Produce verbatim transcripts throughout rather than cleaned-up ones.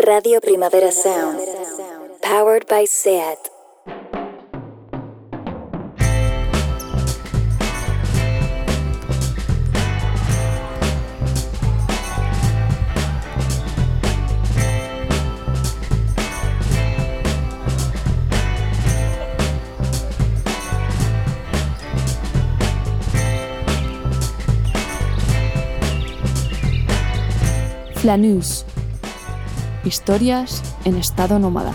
Radio Primavera Sound, powered by SEAT. Flanús. Historias en estado nómada.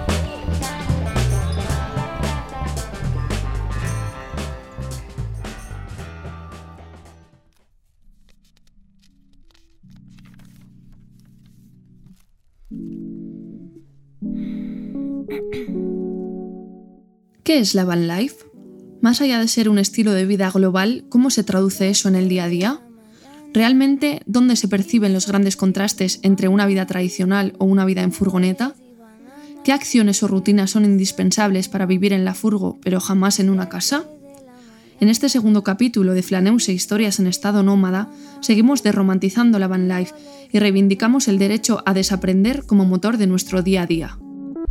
¿Qué es la van life? Más allá de ser un estilo de vida global, ¿cómo se traduce eso en el día a día? ¿Realmente dónde se perciben los grandes contrastes entre una vida tradicional o una vida en furgoneta? ¿Qué acciones o rutinas son indispensables para vivir en la furgo, pero jamás en una casa? En este segundo capítulo de Flanús e Historias en estado nómada, seguimos desromantizando la van life y reivindicamos el derecho a desaprender como motor de nuestro día a día.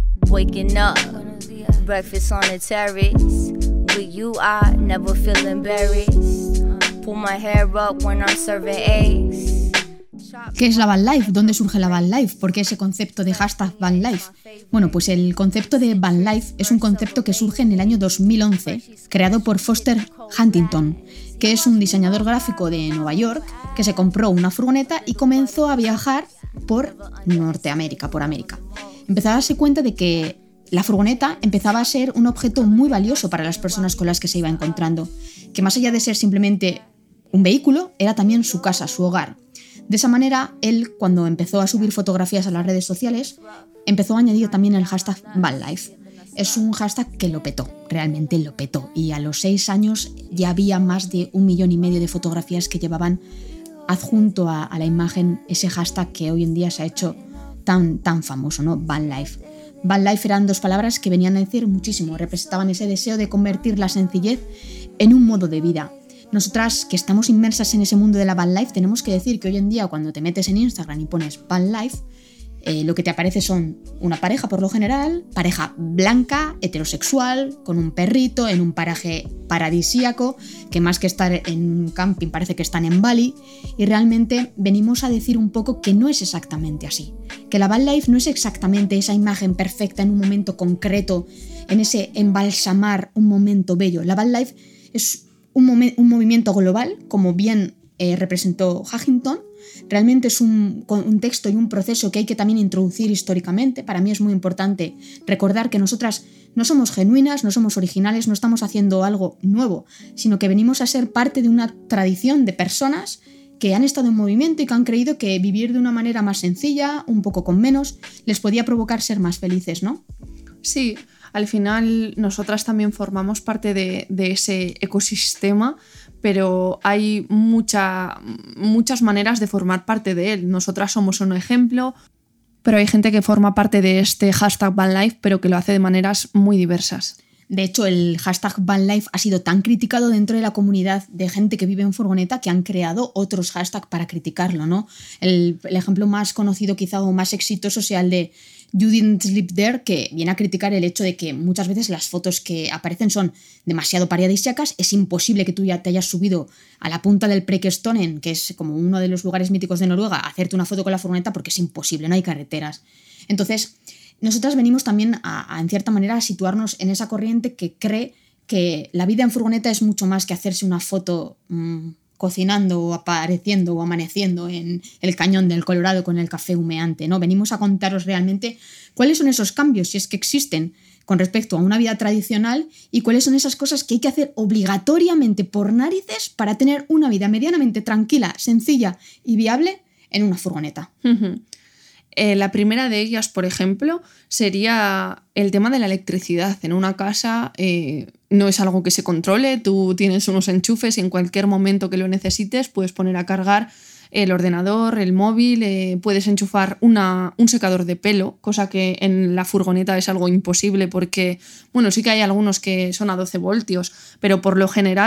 Waking up, breakfast on the terrace, with you I never feel embarrassed. Pull my hair up when I'm serving eggs. ¿Qué es la van life? ¿Dónde surge la van life? ¿Por qué ese concepto de hashtag van life? Bueno, pues el concepto de van life es un concepto que surge en el año dos mil once, creado por Foster Huntington, que es un diseñador gráfico de Nueva York que se compró una furgoneta y comenzó a viajar por Norteamérica, por América. Empezó a darse cuenta de que la furgoneta empezaba a ser un objeto muy valioso para las personas con las que se iba encontrando, que más allá de ser simplemente un vehículo, era también su casa, su hogar. De esa manera, él, cuando empezó a subir fotografías a las redes sociales, empezó a añadir también el hashtag vanlife. Es un hashtag que lo petó, realmente lo petó. Y a los seis años ya había más de un millón y medio de fotografías que llevaban adjunto a, a la imagen ese hashtag que hoy en día se ha hecho tan, tan famoso, ¿no? Vanlife. Vanlife eran dos palabras que venían a decir muchísimo, representaban ese deseo de convertir la sencillez en un modo de vida. Nosotras, que estamos inmersas en ese mundo de la van life, tenemos que decir que hoy en día cuando te metes en Instagram y pones van life, eh, lo que te aparece son una pareja por lo general, pareja blanca, heterosexual, con un perrito, en un paraje paradisíaco, que más que estar en un camping parece que están en Bali, y realmente venimos a decir un poco que no es exactamente así, que la van life no es exactamente esa imagen perfecta en un momento concreto, en ese embalsamar un momento bello. La van life es Un, momen- un movimiento global, como bien eh, representó Huntington. Realmente es un, un texto y un proceso que hay que también introducir históricamente. Para mí es muy importante recordar que nosotras no somos genuinas, no somos originales, no estamos haciendo algo nuevo, sino que venimos a ser parte de una tradición de personas que han estado en movimiento y que han creído que vivir de una manera más sencilla, un poco con menos, les podía provocar ser más felices, ¿no? Sí, al final nosotras también formamos parte de, de ese ecosistema, pero hay mucha, muchas maneras de formar parte de él. Nosotras somos un ejemplo, pero hay gente que forma parte de este hashtag vanlife, pero que lo hace de maneras muy diversas. De hecho, el hashtag vanlife ha sido tan criticado dentro de la comunidad de gente que vive en furgoneta que han creado otros hashtags para criticarlo, ¿no? El, el ejemplo más conocido quizá o más exitoso sea el de You Didn't Sleep There, que viene a criticar el hecho de que muchas veces las fotos que aparecen son demasiado paradisíacas. Es imposible que tú ya te hayas subido a la punta del Preikestolen, que es como uno de los lugares míticos de Noruega, a hacerte una foto con la furgoneta porque es imposible, no hay carreteras. Entonces, nosotras venimos también a, a, en cierta manera, a situarnos en esa corriente que cree que la vida en furgoneta es mucho más que hacerse una foto mmm, cocinando o apareciendo o amaneciendo en el cañón del Colorado con el café humeante, ¿no? Venimos a contaros realmente cuáles son esos cambios, si es que existen, con respecto a una vida tradicional y cuáles son esas cosas que hay que hacer obligatoriamente por narices para tener una vida medianamente tranquila, sencilla y viable en una furgoneta. Uh-huh. Eh, la primera de ellas, por ejemplo, sería el tema de la electricidad. En una casa eh, no es algo que se controle, tú tienes unos enchufes y en cualquier momento que lo necesites puedes poner a cargar el ordenador, el móvil, eh, puedes enchufar una, un secador de pelo, cosa que en la furgoneta es algo imposible porque, bueno, sí que hay algunos que son a doce voltios, pero por lo general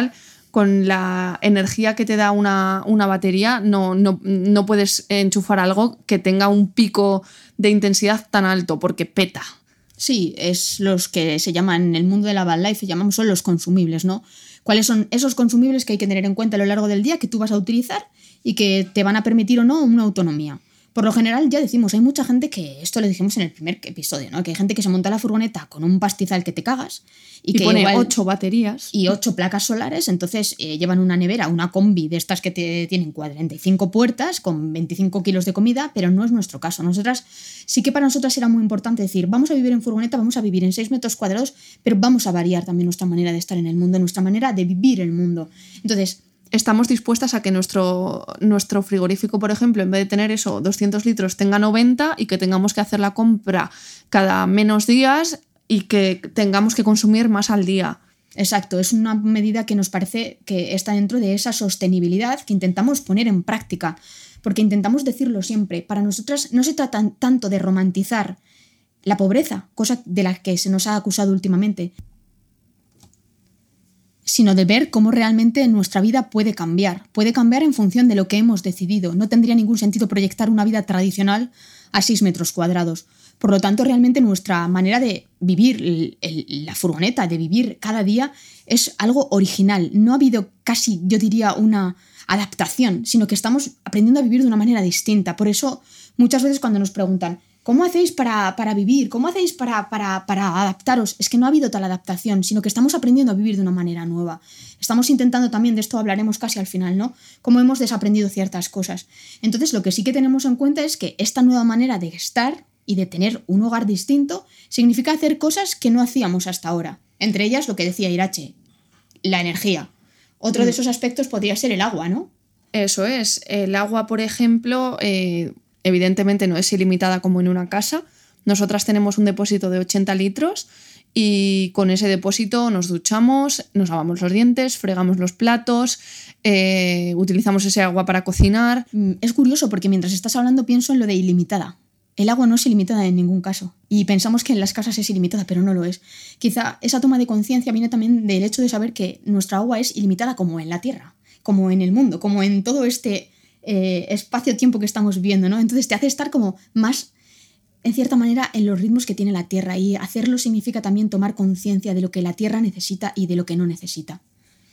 con la energía que te da una, una batería no, no, no puedes enchufar algo que tenga un pico de intensidad tan alto porque peta. Sí, es los que se llaman en el mundo de la van life, llamamos son los consumibles, ¿no? ¿Cuáles son esos consumibles que hay que tener en cuenta a lo largo del día que tú vas a utilizar y que te van a permitir o no una autonomía? Por lo general, ya decimos, hay mucha gente que, esto lo dijimos en el primer episodio, ¿no? Que hay gente que se monta la furgoneta con un pastizal que te cagas y, y que pone igual, ocho baterías y ocho placas solares, entonces eh, llevan una nevera, una combi de estas que te tienen cuarenta y cinco puertas con veinticinco kilos de comida, pero no es nuestro caso. Nosotras, sí que para nosotras era muy importante decir, vamos a vivir en furgoneta, vamos a vivir en seis metros cuadrados, pero vamos a variar también nuestra manera de estar en el mundo, nuestra manera de vivir el mundo. Entonces, estamos dispuestas a que nuestro, nuestro frigorífico, por ejemplo, en vez de tener eso, doscientos litros, tenga noventa y que tengamos que hacer la compra cada menos días y que tengamos que consumir más al día. Exacto, es una medida que nos parece que está dentro de esa sostenibilidad que intentamos poner en práctica, porque intentamos decirlo siempre. Para nosotras no se trata tanto de romantizar la pobreza, cosa de la que se nos ha acusado últimamente, sino de ver cómo realmente nuestra vida puede cambiar. Puede cambiar en función de lo que hemos decidido. No tendría ningún sentido proyectar una vida tradicional a seis metros cuadrados. Por lo tanto, realmente nuestra manera de vivir el, el, la furgoneta, de vivir cada día, es algo original. No ha habido casi, yo diría, una adaptación, sino que estamos aprendiendo a vivir de una manera distinta. Por eso, muchas veces cuando nos preguntan ¿cómo hacéis para, para vivir? ¿Cómo hacéis para, para, para adaptaros? Es que no ha habido tal adaptación, sino que estamos aprendiendo a vivir de una manera nueva. Estamos intentando también, de esto hablaremos casi al final, ¿no? Cómo hemos desaprendido ciertas cosas. Entonces, lo que sí que tenemos en cuenta es que esta nueva manera de estar y de tener un hogar distinto significa hacer cosas que no hacíamos hasta ahora. Entre ellas, lo que decía Irache, la energía. Otro mm. de esos aspectos podría ser el agua, ¿no? Eso es. El agua, por ejemplo... Eh... evidentemente no es ilimitada como en una casa. Nosotras tenemos un depósito de ochenta litros y con ese depósito nos duchamos, nos lavamos los dientes, fregamos los platos, eh, utilizamos ese agua para cocinar. Es curioso porque mientras estás hablando pienso en lo de ilimitada. El agua no es ilimitada en ningún caso y pensamos que en las casas es ilimitada, pero no lo es. Quizá esa toma de conciencia viene también del hecho de saber que nuestra agua es ilimitada como en la Tierra, como en el mundo, como en todo este... Eh, espacio-tiempo que estamos viviendo, ¿no? Entonces te hace estar como más, en cierta manera, en los ritmos que tiene la Tierra, y hacerlo significa también tomar conciencia de lo que la Tierra necesita y de lo que no necesita.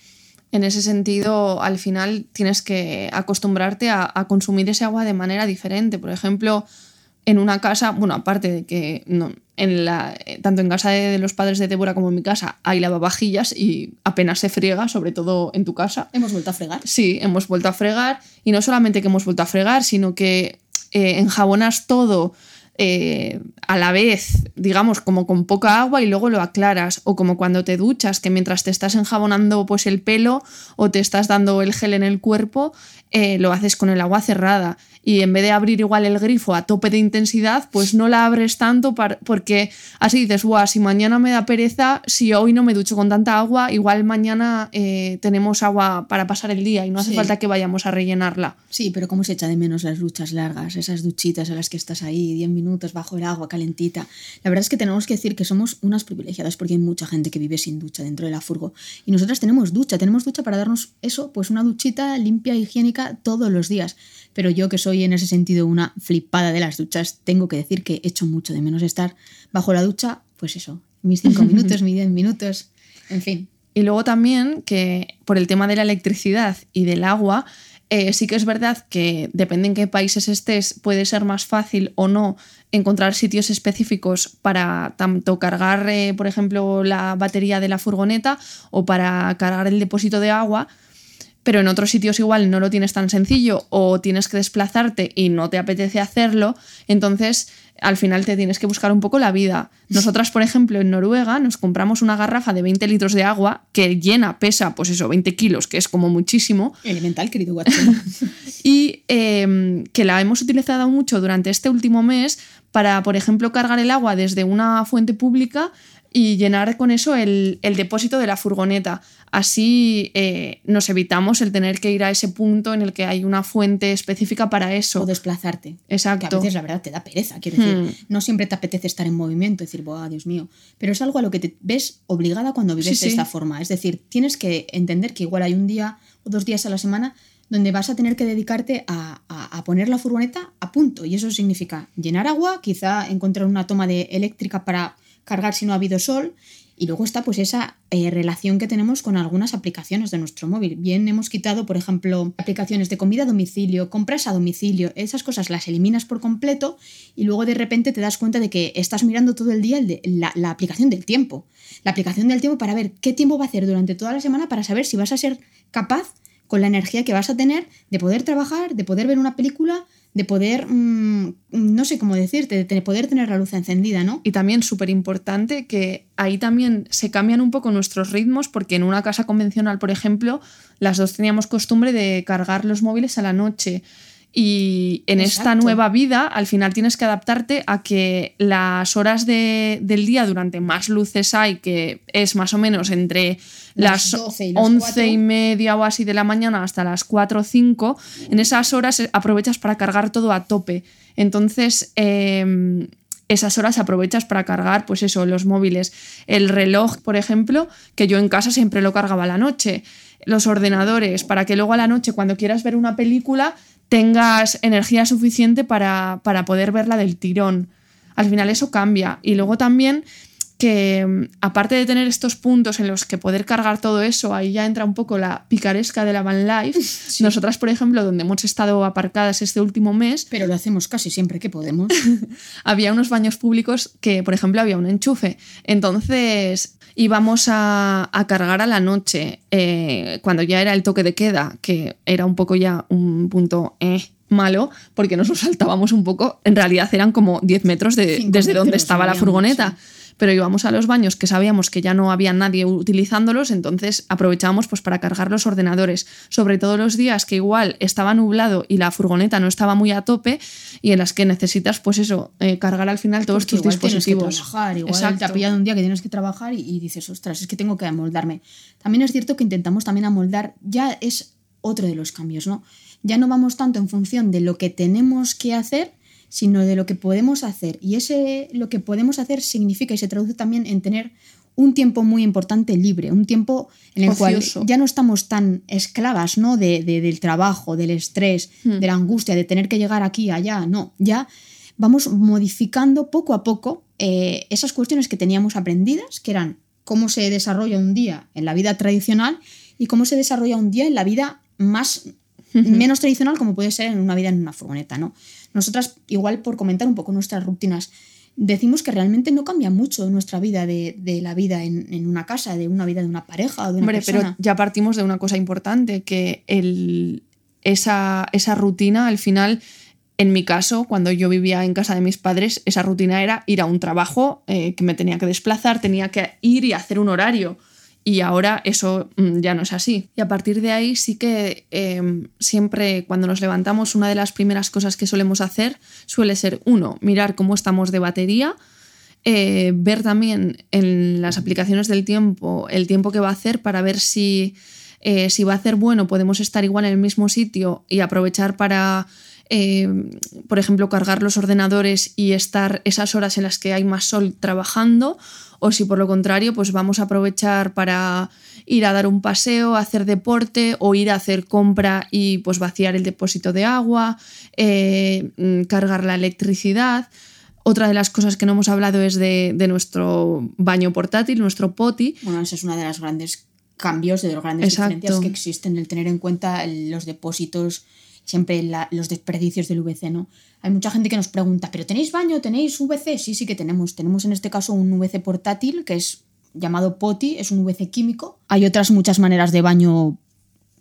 En ese sentido, al final tienes que acostumbrarte a, a consumir ese agua de manera diferente. Por ejemplo, en una casa, bueno, aparte de que no, en la, tanto en casa de, de los padres de Débora como en mi casa hay lavavajillas y apenas se friega, sobre todo en tu casa. ¿Hemos vuelto a fregar? Sí, hemos vuelto a fregar, y no solamente que hemos vuelto a fregar, sino que eh, enjabonas todo eh, a la vez, digamos, como con poca agua, y luego lo aclaras, o como cuando te duchas, que mientras te estás enjabonando pues el pelo o te estás dando el gel en el cuerpo, eh, lo haces con el agua cerrada. Y en vez de abrir igual el grifo a tope de intensidad, pues no la abres tanto para, porque así dices, guau, si mañana me da pereza, si hoy no me ducho con tanta agua, igual mañana eh, tenemos agua para pasar el día y no hace sí. falta que vayamos a rellenarla. Sí, pero cómo se echa de menos las duchas largas, esas duchitas a las que estás ahí diez minutos bajo el agua calentita. La verdad es que tenemos que decir que somos unas privilegiadas porque hay mucha gente que vive sin ducha dentro de la furgo. Y nosotras tenemos ducha, tenemos ducha para darnos eso, pues una duchita limpia e higiénica todos los días. Pero yo, que soy en ese sentido una flipada de las duchas, tengo que decir que echo mucho de menos estar bajo la ducha, pues eso, mis cinco minutos, mis diez minutos, en fin. Y luego también que por el tema de la electricidad y del agua, eh, sí que es verdad que depende en qué países estés, puede ser más fácil o no encontrar sitios específicos para tanto cargar, eh, por ejemplo, la batería de la furgoneta o para cargar el depósito de agua. Pero en otros sitios igual no lo tienes tan sencillo o tienes que desplazarte y no te apetece hacerlo, entonces al final te tienes que buscar un poco la vida. Nosotras, por ejemplo, en Noruega nos compramos una garrafa de veinte litros de agua que llena, pesa, pues eso, veinte kilos, que es como muchísimo. Elemental, querido Watson. Y eh, que la hemos utilizado mucho durante este último mes para, por ejemplo, cargar el agua desde una fuente pública y llenar con eso el, el depósito de la furgoneta. Así eh, nos evitamos el tener que ir a ese punto en el que hay una fuente específica para eso. O desplazarte. Exacto. Que a veces la verdad te da pereza, quiero decir. Hmm. No siempre te apetece estar en movimiento, decir, ¡buah, Dios mío! Pero es algo a lo que te ves obligada cuando vives sí, de esta sí. forma. Es decir, tienes que entender que igual hay un día o dos días a la semana donde vas a tener que dedicarte a, a, a poner la furgoneta a punto. Y eso significa llenar agua, quizá encontrar una toma de eléctrica para cargar si no ha habido sol, y luego está pues esa eh, relación que tenemos con algunas aplicaciones de nuestro móvil. Bien, hemos quitado, por ejemplo, aplicaciones de comida a domicilio, compras a domicilio, esas cosas las eliminas por completo y luego de repente te das cuenta de que estás mirando todo el día el de, la, la aplicación del tiempo. La aplicación del tiempo para ver qué tiempo va a hacer durante toda la semana para saber si vas a ser capaz, con la energía que vas a tener, de poder trabajar, de poder ver una película, de poder, mmm, no sé cómo decirte, de poder tener la luz encendida, ¿no? Y también súper importante que ahí también se cambian un poco nuestros ritmos, porque en una casa convencional, por ejemplo, las dos teníamos costumbre de cargar los móviles a la noche. Y en Exacto. esta nueva vida, al final tienes que adaptarte a que las horas de, del día durante más luces hay, que es más o menos entre las, las once y media o así de la mañana hasta las cuatro o cinco, en esas horas aprovechas para cargar todo a tope. Entonces, eh, esas horas aprovechas para cargar, pues eso, los móviles. El reloj, por ejemplo, que yo en casa siempre lo cargaba a la noche. Los ordenadores, para que luego a la noche, cuando quieras ver una película, tengas energía suficiente para, para poder verla del tirón. Al final eso cambia. Y luego también que, aparte de tener estos puntos en los que poder cargar todo eso, ahí ya entra un poco la picaresca de la van life. Sí. Nosotras, por ejemplo, donde hemos estado aparcadas este último mes... Pero lo hacemos casi siempre que podemos. Había unos baños públicos que, por ejemplo, había un enchufe. Entonces íbamos a, a cargar a la noche, eh, cuando ya era el toque de queda, que era un poco ya un punto... Eh, malo, porque nos lo saltábamos un poco. En realidad eran como diez metros de, desde donde estaba la furgoneta. Sí. Pero íbamos a los baños que sabíamos que ya no había nadie utilizándolos, entonces aprovechábamos pues para cargar los ordenadores, sobre todo los días que igual estaba nublado y la furgoneta no estaba muy a tope y en las que necesitas pues eso, eh, cargar al final todos Porque tus igual dispositivos. Tienes que trabajar, igual Exacto. te ha pillado un día que tienes que trabajar y, y dices, ostras, es que tengo que amoldarme. También es cierto que intentamos también amoldar, ya es otro de los cambios, ¿no? Ya no vamos tanto en función de lo que tenemos que hacer, sino de lo que podemos hacer. Y ese lo que podemos hacer significa y se traduce también en tener un tiempo muy importante libre, un tiempo en el Ocioso. cual ya no estamos tan esclavas, ¿no? de, de, del trabajo, del estrés, hmm. de la angustia, de tener que llegar aquí, allá, no. Ya vamos modificando poco a poco eh, esas cuestiones que teníamos aprendidas, que eran cómo se desarrolla un día en la vida tradicional y cómo se desarrolla un día en la vida más... menos tradicional, como puede ser en una vida en una furgoneta, ¿no? Nosotras, igual por comentar un poco nuestras rutinas, decimos que realmente no cambia mucho nuestra vida de, de la vida en, en una casa, de una vida de una pareja o de una Hombre, persona. Pero ya partimos de una cosa importante, que el, esa, esa rutina, al final, en mi caso, cuando yo vivía en casa de mis padres, esa rutina era ir a un trabajo eh, que me tenía que desplazar, tenía que ir y hacer un horario. Y ahora eso ya no es así. Y a partir de ahí sí que eh, siempre cuando nos levantamos, una de las primeras cosas que solemos hacer suele ser, uno, mirar cómo estamos de batería, eh, ver también en las aplicaciones del tiempo el tiempo que va a hacer para ver si, eh, si va a hacer bueno, podemos estar igual en el mismo sitio y aprovechar para... Eh, por ejemplo, cargar los ordenadores y estar esas horas en las que hay más sol trabajando, o si por lo contrario pues vamos a aprovechar para ir a dar un paseo, hacer deporte o ir a hacer compra y pues vaciar el depósito de agua, eh, cargar la electricidad. Otra de las cosas que no hemos hablado es de, de nuestro baño portátil, nuestro poti. Bueno, esa es una de las grandes cambios, de las grandes Exacto. diferencias que existen, el tener en cuenta los depósitos, siempre la, los desperdicios del U V C, ¿no? Hay mucha gente que nos pregunta, ¿pero tenéis baño? ¿Tenéis U V C? Sí, sí que tenemos. Tenemos en este caso un U V C portátil que es llamado poti, es un U V C químico. Hay otras muchas maneras de baño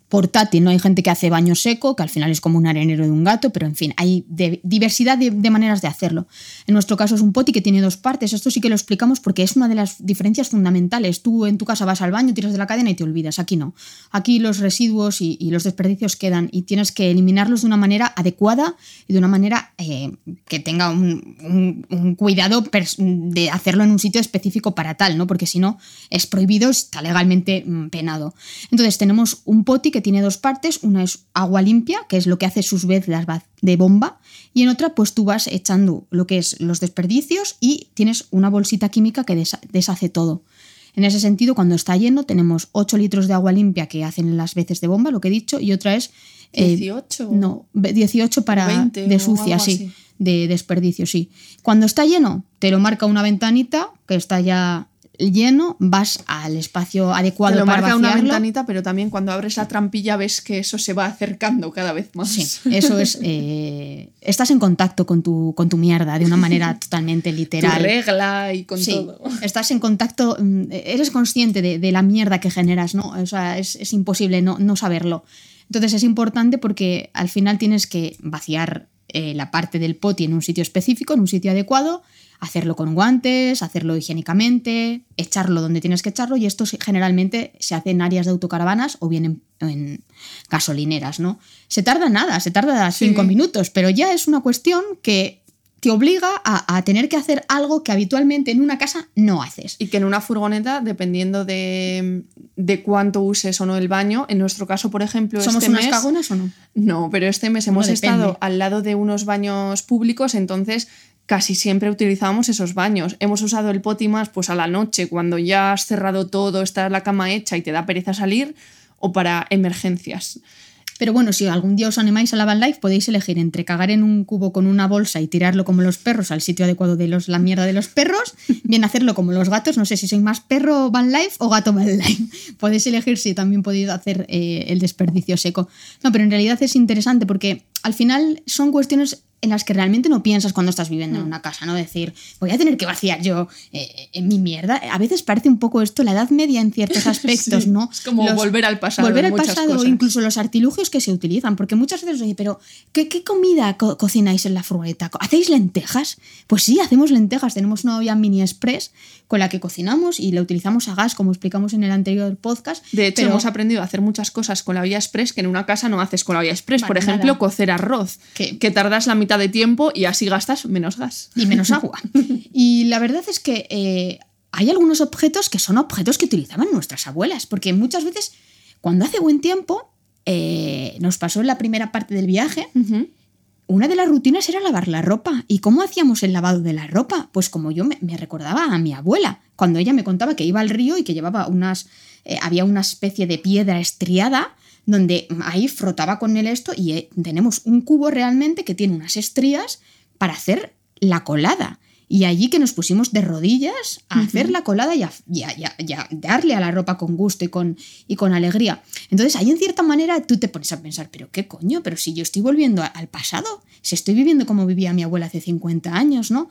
portátil, ¿no? Hay gente que hace baño seco, que al final es como un arenero de un gato, pero en fin, hay de, diversidad de, de maneras de hacerlo. En nuestro caso es un poti que tiene dos partes. Esto sí que lo explicamos porque es una de las diferencias fundamentales. Tú en tu casa vas al baño, tiras de la cadena y te olvidas. Aquí no. Aquí los residuos y, y los desperdicios quedan y tienes que eliminarlos de una manera adecuada y de una manera eh, que tenga un, un, un cuidado de hacerlo en un sitio específico para tal, ¿no? Porque si no es prohibido, está legalmente penado. Entonces tenemos un poti que tiene dos partes. Una es agua limpia, que es lo que hace sus veces de bomba, y en otra pues tú vas echando lo que es los desperdicios y tienes una bolsita química que deshace todo. En ese sentido, cuando está lleno tenemos ocho litros de agua limpia que hacen las veces de bomba, lo que he dicho, y otra es eh, dieciocho no, dieciocho para veinte de sucia, sí, de desperdicio, sí. Cuando está lleno te lo marca una ventanita que está ya lleno, vas al espacio adecuado Te lo para marca vaciarlo. una ventanita, pero también cuando abres la trampilla ves que eso se va acercando cada vez más. Sí, eso es... Eh, estás en contacto con tu, con tu mierda de una manera totalmente literal. Tu regla y con sí, todo. Estás en contacto, eres consciente de, de la mierda que generas, ¿no? O sea, es, es imposible no, no saberlo. Entonces es importante porque al final tienes que vaciar eh, la parte del poti en un sitio específico, en un sitio adecuado, hacerlo con guantes, hacerlo higiénicamente, echarlo donde tienes que echarlo, y esto generalmente se hace en áreas de autocaravanas o bien en, en gasolineras, ¿no? Se tarda nada, se tarda cinco sí. minutos, pero ya es una cuestión que te obliga a, a tener que hacer algo que habitualmente en una casa no haces. Y que en una furgoneta, dependiendo de, de cuánto uses o no el baño, en nuestro caso, por ejemplo, ¿somos este unas mes, cagonas o no? No, pero este mes hemos no estado al lado de unos baños públicos, entonces casi siempre utilizábamos esos baños. Hemos usado el poti más pues a la noche, cuando ya has cerrado todo, está la cama hecha y te da pereza salir, o para emergencias. Pero bueno, si algún día os animáis a la van life, podéis elegir entre cagar en un cubo con una bolsa y tirarlo como los perros al sitio adecuado de los, la mierda de los perros, bien hacerlo como los gatos. No sé si sois más perro van life o gato van life. Podéis elegir si también podéis hacer eh, el desperdicio seco. No, pero en realidad es interesante porque al final son cuestiones en las que realmente no piensas cuando estás viviendo en una casa, ¿no? Decir, voy a tener que vaciar yo eh, en mi mierda. A veces parece un poco esto la Edad Media en ciertos aspectos, sí, ¿no? Es como los, volver al pasado. Volver al muchas pasado, cosas. O incluso los artilugios que se utilizan, porque muchas veces, oye, pero ¿qué, qué comida co- cocináis en la furgoneta? ¿Hacéis lentejas? Pues sí, hacemos lentejas. Tenemos una olla mini express con la que cocinamos y la utilizamos a gas, como explicamos en el anterior podcast. De hecho, pero... hemos aprendido a hacer muchas cosas con la olla express que en una casa no haces con la olla express. Vale, Por ejemplo, nada. cocer arroz, ¿Qué? que tardas la mitad de tiempo y así gastas menos gas. Y menos agua. Y la verdad es que eh, hay algunos objetos que son objetos que utilizaban nuestras abuelas, porque muchas veces, cuando hace buen tiempo, eh, nos pasó en la primera parte del viaje, uh-huh. una de las rutinas era lavar la ropa. ¿Y cómo hacíamos el lavado de la ropa? Pues como yo me, me recordaba a mi abuela, cuando ella me contaba que iba al río y que llevaba unas... Eh, había una especie de piedra estriada donde ahí frotaba con el esto y eh, tenemos un cubo realmente que tiene unas estrías para hacer la colada. Y allí que nos pusimos de rodillas a uh-huh. hacer la colada y a, y, a, y, a, y a darle a la ropa con gusto y con, y con alegría. Entonces ahí en cierta manera tú te pones a pensar, pero qué coño, pero si yo estoy volviendo a, al pasado, si estoy viviendo como vivía mi abuela hace cincuenta años, ¿no?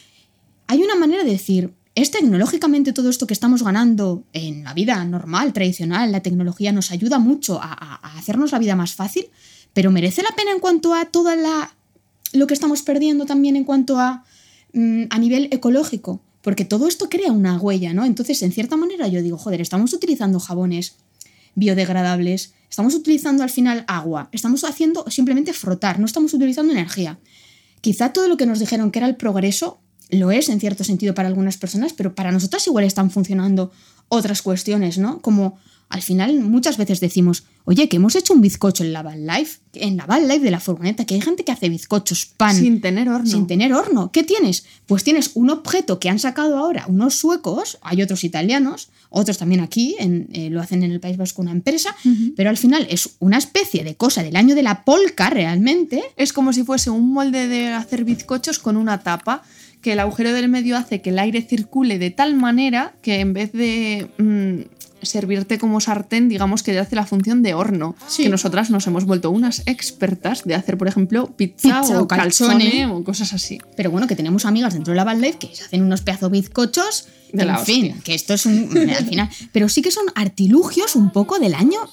Hay una manera de decir, es tecnológicamente todo esto que estamos ganando en la vida normal, tradicional, la tecnología nos ayuda mucho a, a, a hacernos la vida más fácil, pero merece la pena en cuanto a toda la... lo que estamos perdiendo también en cuanto a, a nivel ecológico, porque todo esto crea una huella, ¿no? Entonces, en cierta manera yo digo, joder, estamos utilizando jabones biodegradables, estamos utilizando al final agua, estamos haciendo simplemente frotar, no estamos utilizando energía. Quizá todo lo que nos dijeron que era el progreso lo es en cierto sentido para algunas personas, pero para nosotras igual están funcionando otras cuestiones, ¿no? Como... Al final muchas veces decimos, oye, que hemos hecho un bizcocho en la van life, en la van life de la furgoneta, que hay gente que hace bizcochos, pan... Sin tener horno. Sin tener horno. ¿Qué tienes? Pues tienes un objeto que han sacado ahora unos suecos, hay otros italianos, otros también aquí, en, eh, lo hacen en el País Vasco una empresa, uh-huh. pero al final es una especie de cosa del año de la polca realmente. Es como si fuese un molde de hacer bizcochos con una tapa, que el agujero del medio hace que el aire circule de tal manera que en vez de... Mmm, servirte como sartén, digamos que hace la función de horno. Sí. Que nosotras nos hemos vuelto unas expertas de hacer, por ejemplo, pizza, pizza o calzone, calzone o cosas así. Pero bueno, que tenemos amigas dentro de la van life que se hacen unos pedazos bizcochos, de en la fin, hostia. Que esto es un... al final, pero sí que son artilugios un poco del año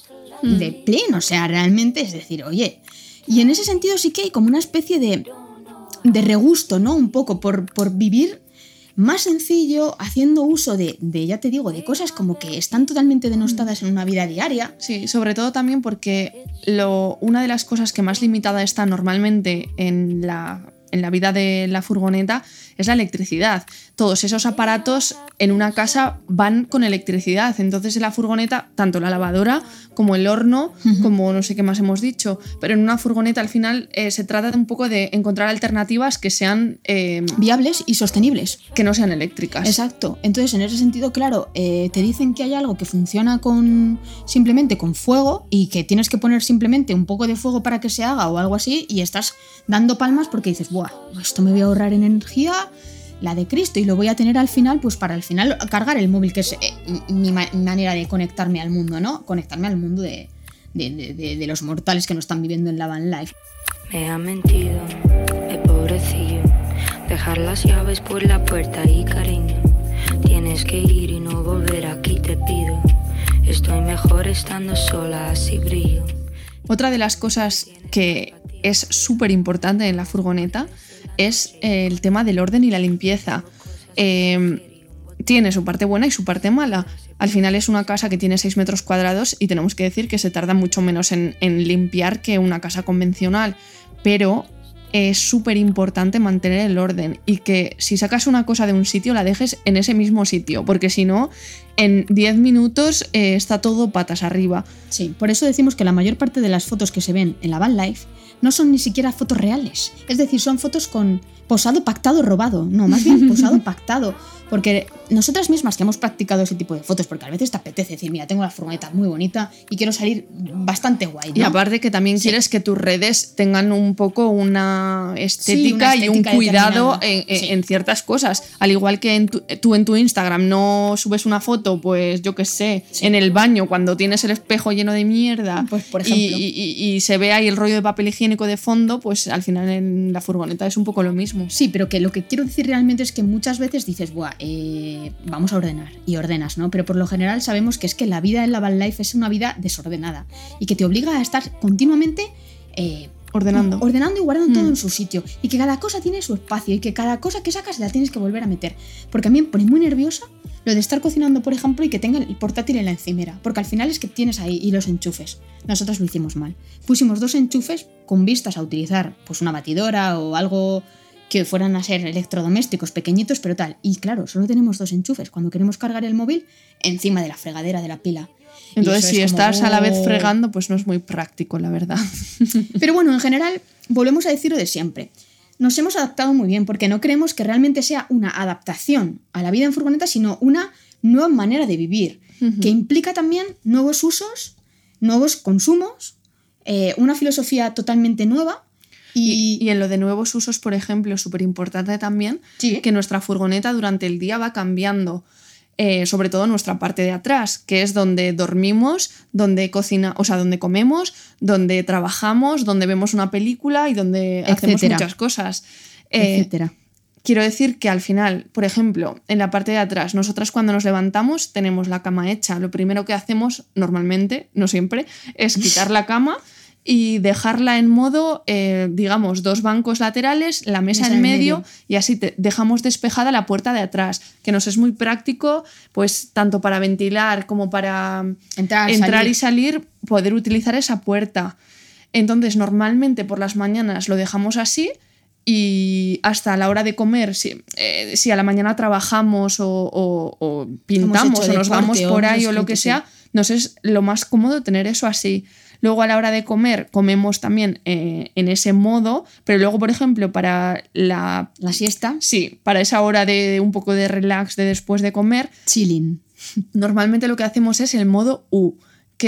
mm. de pleno, o sea, realmente es decir, oye, y en ese sentido sí que hay como una especie de, de regusto, ¿no? Un poco por, por vivir más sencillo, haciendo uso de, de, ya te digo, de cosas como que están totalmente denostadas en una vida diaria. Sí, sobre todo también porque lo, una de las cosas que más limitada está normalmente en la, en la vida de la furgoneta es la electricidad. Todos esos aparatos en una casa van con electricidad, entonces en la furgoneta, tanto la lavadora como el horno, uh-huh. como no sé qué más hemos dicho, pero en una furgoneta al final eh, se trata de un poco de encontrar alternativas que sean eh, viables y sostenibles, que no sean eléctricas. Exacto, entonces en ese sentido, claro, eh, te dicen que hay algo que funciona con simplemente con fuego y que tienes que poner simplemente un poco de fuego para que se haga o algo así y estás dando palmas porque dices, buah, esto me voy a ahorrar en energía, la de Cristo, y lo voy a tener al final, pues para al final cargar el móvil, que es eh, mi ma- manera de conectarme al mundo, ¿no? Conectarme al mundo de, de, de, de, de los mortales que no están viviendo en la van life. Me ha mentido, el pobrecillo, dejar las llaves por la puerta y cariño, tienes que ir y no volver, aquí te pido, estoy mejor estando sola, así brillo. Otra de las cosas que es súper importante en la furgoneta es el tema del orden y la limpieza. Eh, tiene su parte buena y su parte mala. Al final es una casa que tiene seis metros cuadrados y tenemos que decir que se tarda mucho menos en, en limpiar que una casa convencional, pero es súper importante mantener el orden y que si sacas una cosa de un sitio la dejes en ese mismo sitio, porque si no, en diez minutos eh, está todo patas arriba. Sí, por eso decimos que la mayor parte de las fotos que se ven en la van life no son ni siquiera fotos reales, es decir, son fotos con posado, pactado, robado, no, más bien posado, pactado, porque nosotras mismas que hemos practicado ese tipo de fotos, porque a veces te apetece decir, mira, tengo la furgoneta muy bonita y quiero salir bastante guay, ¿no? Y aparte que también sí. quieres que tus redes tengan un poco una estética, sí, una estética y un cuidado en, sí. en ciertas cosas, al igual que en tu, tú en tu Instagram no subes una foto, pues yo qué sé, sí. en el baño cuando tienes el espejo lleno de mierda, pues, por ejemplo. Y, y, y se ve ahí el rollo de papel higiénico de fondo, pues al final en la furgoneta es un poco lo mismo. Sí, pero que lo que quiero decir realmente es que muchas veces dices, buah, eh, vamos a ordenar, y ordenas, ¿no? Pero por lo general sabemos que es que la vida en la van life es una vida desordenada y que te obliga a estar continuamente eh, ordenando. ordenando y guardando mm. todo en su sitio, y que cada cosa tiene su espacio y que cada cosa que sacas la tienes que volver a meter, porque a mí me pone muy nerviosa lo de estar cocinando, por ejemplo, y que tenga el portátil en la encimera, porque al final es que tienes ahí y los enchufes. Nosotros lo hicimos mal. Pusimos dos enchufes con vistas a utilizar pues una batidora o algo que fueran a ser electrodomésticos pequeñitos, pero tal. Y claro, solo tenemos dos enchufes cuando queremos cargar el móvil encima de la fregadera de la pila. Entonces, si estás como... a la vez fregando, pues no es muy práctico, la verdad. Pero bueno, en general, volvemos a decirlo de siempre. Nos hemos adaptado muy bien porque no creemos que realmente sea una adaptación a la vida en furgoneta, sino una nueva manera de vivir, uh-huh. que implica también nuevos usos, nuevos consumos, eh, una filosofía totalmente nueva. Y, y en lo de nuevos usos, por ejemplo, súper importante también, ¿sí? que nuestra furgoneta durante el día va cambiando. Eh, sobre todo nuestra parte de atrás, que es donde dormimos, donde cocina, o sea, donde comemos, donde trabajamos, donde vemos una película y donde etcétera. Hacemos muchas cosas. Eh, etcétera. Quiero decir que al final, por ejemplo, en la parte de atrás, nosotras cuando nos levantamos tenemos la cama hecha. Lo primero que hacemos, normalmente, no siempre, es quitar la cama y dejarla en modo, eh, digamos, dos bancos laterales, la mesa, mesa en medio, medio y así te dejamos despejada la puerta de atrás, que nos es muy práctico, pues tanto para ventilar como para entrar, entrar salir. y salir, poder utilizar esa puerta. Entonces, normalmente por las mañanas lo dejamos así y hasta la hora de comer, si, eh, si a la mañana trabajamos o, o, o pintamos o nos vamos por ahí o lo que sea, nos es lo más cómodo tener eso así. Luego a la hora de comer comemos también eh, en ese modo, pero luego, por ejemplo, para la... ¿La siesta? Sí, para esa hora de un poco de relax de después de comer. Chilling. Normalmente lo que hacemos es el modo U,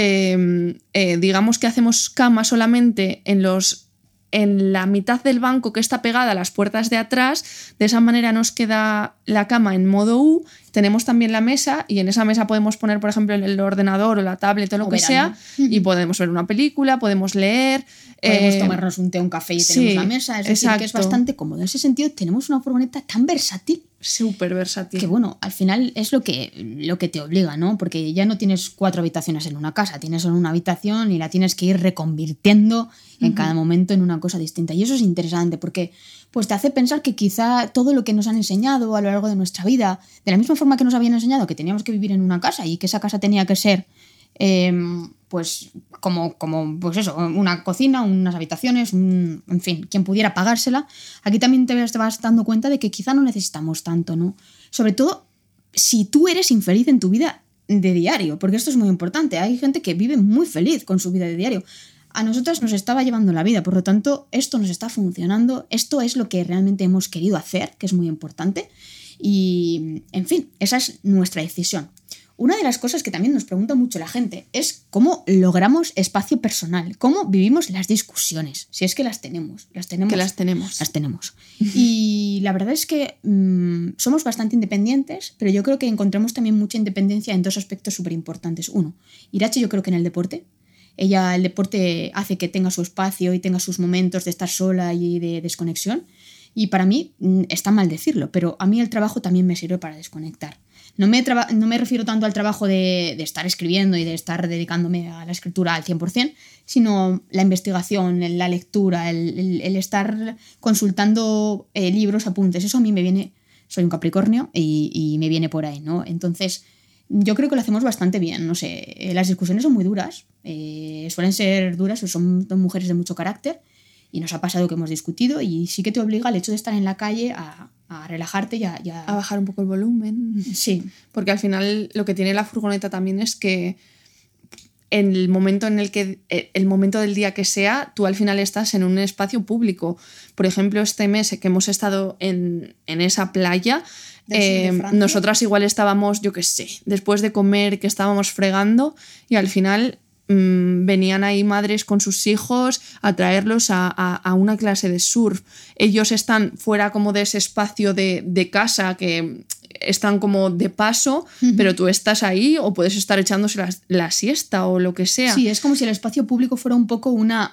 que eh, digamos que hacemos cama solamente en los... en la mitad del banco que está pegada a las puertas de atrás, de esa manera nos queda la cama en modo U, tenemos también la mesa y en esa mesa podemos poner, por ejemplo, el ordenador o la tablet o lo o que sea, uh-huh. y podemos ver una película, podemos leer, podemos eh, tomarnos un té o un café y tenemos sí, la mesa, es decir, exacto. que es bastante cómodo. En ese sentido tenemos una furgoneta tan versátil, Súper versátil. Que bueno, al final es lo que, lo que te obliga, ¿no? Porque ya no tienes cuatro habitaciones en una casa, tienes solo una habitación y la tienes que ir reconvirtiendo en uh-huh. cada momento en una cosa distinta. Y eso es interesante porque pues, te hace pensar que quizá todo lo que nos han enseñado a lo largo de nuestra vida, de la misma forma que nos habían enseñado que teníamos que vivir en una casa y que esa casa tenía que ser eh, pues como, como pues eso, una cocina, unas habitaciones, un, en fin, quien pudiera pagársela, aquí también te vas dando cuenta de que quizá no necesitamos tanto, ¿no? Sobre todo si tú eres infeliz en tu vida de diario, porque esto es muy importante. Hay gente que vive muy feliz con su vida de diario. A nosotras nos estaba llevando la vida, por lo tanto, esto nos está funcionando, esto es lo que realmente hemos querido hacer, que es muy importante, y, en fin, esa es nuestra decisión. Una de las cosas que también nos pregunta mucho la gente es cómo logramos espacio personal, cómo vivimos las discusiones, si es que las tenemos. Las tenemos. Que las tenemos. Las tenemos. Y la verdad es que mmm, somos bastante independientes, pero yo creo que encontramos también mucha independencia en dos aspectos súper importantes. Uno, Irache yo creo que en el deporte. Ella, el deporte hace que tenga su espacio y tenga sus momentos de estar sola y de desconexión. Y para mí, está mal decirlo, pero a mí el trabajo también me sirve para desconectar. No me, traba- no me refiero tanto al trabajo de, de estar escribiendo y de estar dedicándome a la escritura al cien por ciento, sino la investigación, la lectura, el, el, el estar consultando eh, libros, apuntes. Eso a mí me viene, soy un Capricornio y, y me viene por ahí, ¿no? Entonces, yo creo que lo hacemos bastante bien. No sé, las discusiones son muy duras, eh, suelen ser duras, son dos mujeres de mucho carácter. Y nos ha pasado que hemos discutido y sí que te obliga el hecho de estar en la calle a, a relajarte y a, y a... a bajar un poco el volumen. Sí. Porque al final lo que tiene la furgoneta también es que en el momento en el que el momento del día que sea, tú al final estás en un espacio público. Por ejemplo, este mes que hemos estado en, en esa playa, eh, nosotras igual estábamos, yo qué sé, después de comer que estábamos fregando y al final... venían ahí madres con sus hijos a traerlos a, a, a una clase de surf. Ellos están fuera como de ese espacio de, de casa que están como de paso, uh-huh. pero tú estás ahí o puedes estar echándose la, la siesta o lo que sea. Sí, es como si el espacio público fuera un poco una,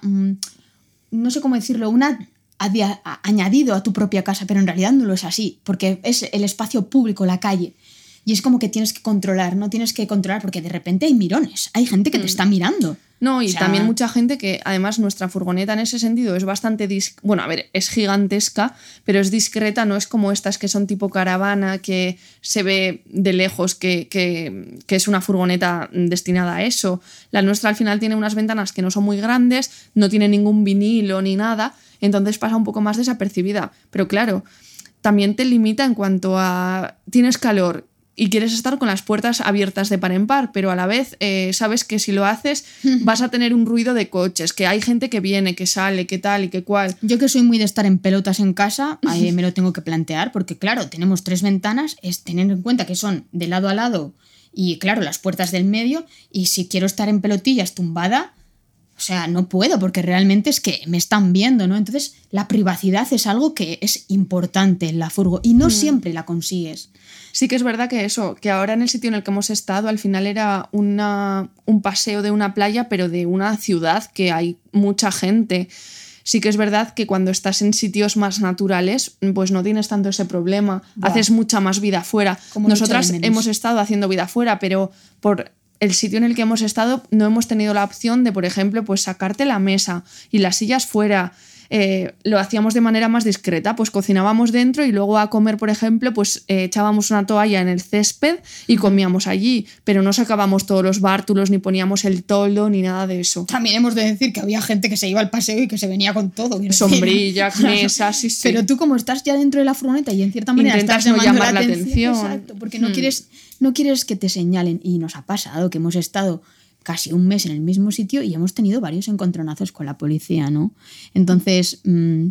no sé cómo decirlo, una adia- añadido a tu propia casa, pero en realidad no lo es así, porque es el espacio público, la calle. Y es como que tienes que controlar, ¿no? Tienes que controlar porque de repente hay mirones, hay gente que te está mirando. No, y o sea... también mucha gente que, además, nuestra furgoneta en ese sentido es bastante... Dis... Bueno, a ver, es gigantesca, pero es discreta, no es como estas que son tipo caravana, que se ve de lejos que, que, que es una furgoneta destinada a eso. La nuestra al final tiene unas ventanas que no son muy grandes, no tiene ningún vinilo ni nada, entonces pasa un poco más desapercibida. Pero claro, también te limita en cuanto a... Tienes calor y quieres estar con las puertas abiertas de par en par, pero a la vez eh, sabes que si lo haces vas a tener un ruido de coches, que hay gente que viene, que sale, que tal y que cual. Yo que soy muy de estar en pelotas en casa, ahí me lo tengo que plantear, porque claro, tenemos tres ventanas, es tener en cuenta que son de lado a lado y claro, las puertas del medio, y si quiero estar en pelotillas tumbada, o sea, no puedo porque realmente es que me están viendo, ¿no? Entonces la privacidad es algo que es importante en la furgo y no mm. siempre la consigues. Sí que es verdad que eso, que ahora en el sitio en el que hemos estado al final era una, un paseo de una playa, pero de una ciudad que hay mucha gente. Sí que es verdad que cuando estás en sitios más naturales, pues no tienes tanto ese problema. Buah. Haces mucha más vida afuera. Nosotras hemos estado haciendo vida afuera, pero por el sitio en el que hemos estado no hemos tenido la opción de, por ejemplo, pues sacarte la mesa y las sillas fuera. Eh, lo hacíamos de manera más discreta, pues cocinábamos dentro y luego a comer, por ejemplo, pues eh, echábamos una toalla en el césped y comíamos allí, pero no sacábamos todos los bártulos, ni poníamos el toldo, ni nada de eso. También hemos de decir que había gente que se iba al paseo y que se venía con todo. Sombrilla, mesas, sí, sí. Pero tú, como estás ya dentro de la furgoneta y en cierta manera intentas estás no llamar la atención, atención, exacto, porque no, hmm. quieres, no quieres que te señalen. Y nos ha pasado que hemos estado casi un mes en el mismo sitio y hemos tenido varios encontronazos con la policía, ¿no? Entonces, mmm,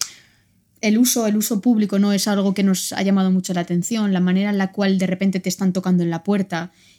el uso, el uso público no es algo que nos ha llamado mucho la atención, la manera en la cual de repente te están tocando en la puerta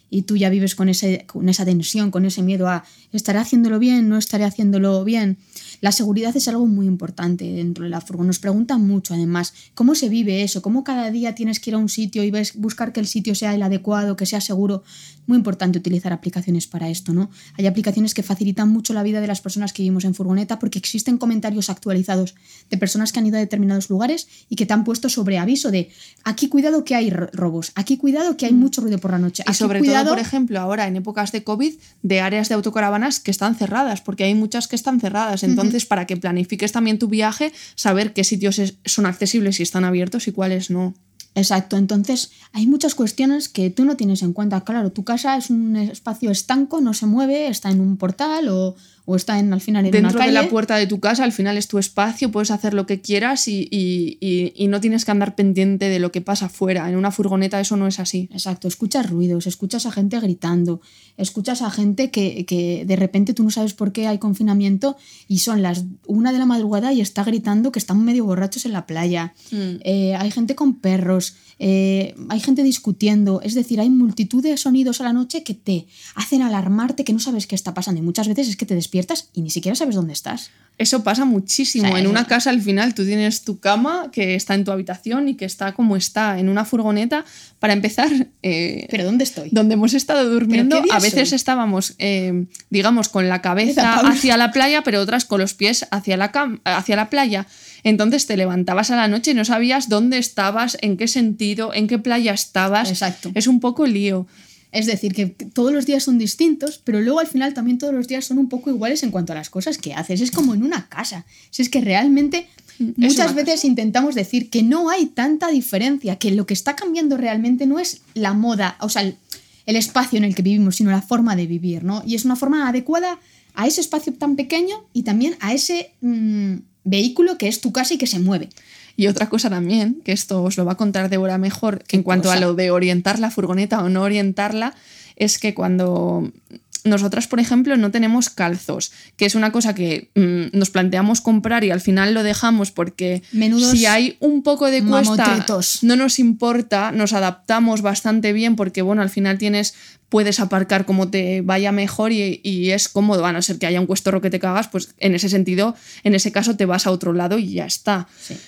y tú ya vives con, ese, con esa tensión, con ese miedo a ¿estaré haciéndolo bien? ¿No estaré haciéndolo bien? La seguridad es algo muy importante dentro de la furgoneta. Nos preguntan mucho, además, ¿cómo se vive eso? ¿Cómo cada día tienes que ir a un sitio y ves, buscar que el sitio sea el adecuado, que sea seguro? Muy importante utilizar aplicaciones para esto, ¿no? Hay aplicaciones que facilitan mucho la vida de las personas que vivimos en furgoneta porque existen comentarios actualizados de personas que han ido a determinados lugares y que te han puesto sobre aviso de aquí cuidado que hay robos, aquí cuidado que hay mucho ruido por la noche. Y aquí sobre cuidado... todo, por ejemplo, ahora en épocas de COVID, de áreas de autocaravanas que están cerradas, porque hay muchas que están cerradas. Entonces, uh-huh. para que planifiques también tu viaje, saber qué sitios es, son accesibles y están abiertos y cuáles no. Exacto, entonces hay muchas cuestiones que tú no tienes en cuenta. Claro, tu casa es un espacio estanco, no se mueve, está en un portal o, o está en, al final en Dentro una calle. de la puerta de tu casa, al final es tu espacio, puedes hacer lo que quieras y, y, y, y no tienes que andar pendiente de lo que pasa afuera. En una furgoneta eso no es así. Exacto, escuchas ruidos, escuchas a gente gritando, escuchas a gente que, que de repente tú no sabes por qué hay confinamiento y son las una de la madrugada y está gritando que están medio borrachos en la playa. Mm. Eh, hay gente con perros. Eh, hay gente discutiendo, es decir, hay multitud de sonidos a la noche que te hacen alarmarte, que no sabes qué está pasando y muchas veces es que te despiertas y ni siquiera sabes dónde estás. Eso pasa muchísimo. O sea, en una casa al final tú tienes tu cama que está en tu habitación y que está como está. En una furgoneta, para empezar... Eh, ¿Pero dónde estoy? Donde hemos estado durmiendo, a veces soy? estábamos, eh, digamos, con la cabeza hacia la playa, pero otras con los pies hacia la, cam- hacia la playa. Entonces te levantabas a la noche y no sabías dónde estabas, en qué sentido, en qué playa estabas. Exacto. Es un poco lío. Es decir, que todos los días son distintos, pero luego al final también todos los días son un poco iguales en cuanto a las cosas que haces. Es como en una casa. Si es que realmente muchas veces casa. intentamos decir que no hay tanta diferencia, que lo que está cambiando realmente no es la moda, o sea, el, el espacio en el que vivimos, sino la forma de vivir, ¿no? Y es una forma adecuada a ese espacio tan pequeño y también a ese mmm, vehículo que es tu casa y que se mueve. Y otra cosa también, que esto os lo va a contar Débora mejor, que en cuanto cosa? a lo de orientar la furgoneta o no orientarla, es que cuando nosotras, por ejemplo, no tenemos calzos, que es una cosa que mmm, nos planteamos comprar y al final lo dejamos porque Menudos si hay un poco de cuesta mamotretos. No nos importa, nos adaptamos bastante bien porque, bueno, al final tienes... puedes aparcar como te vaya mejor y, y es cómodo, a no ser que haya un cuestorro que te cagas, pues en ese sentido, en ese caso te vas a otro lado y ya está. Sí.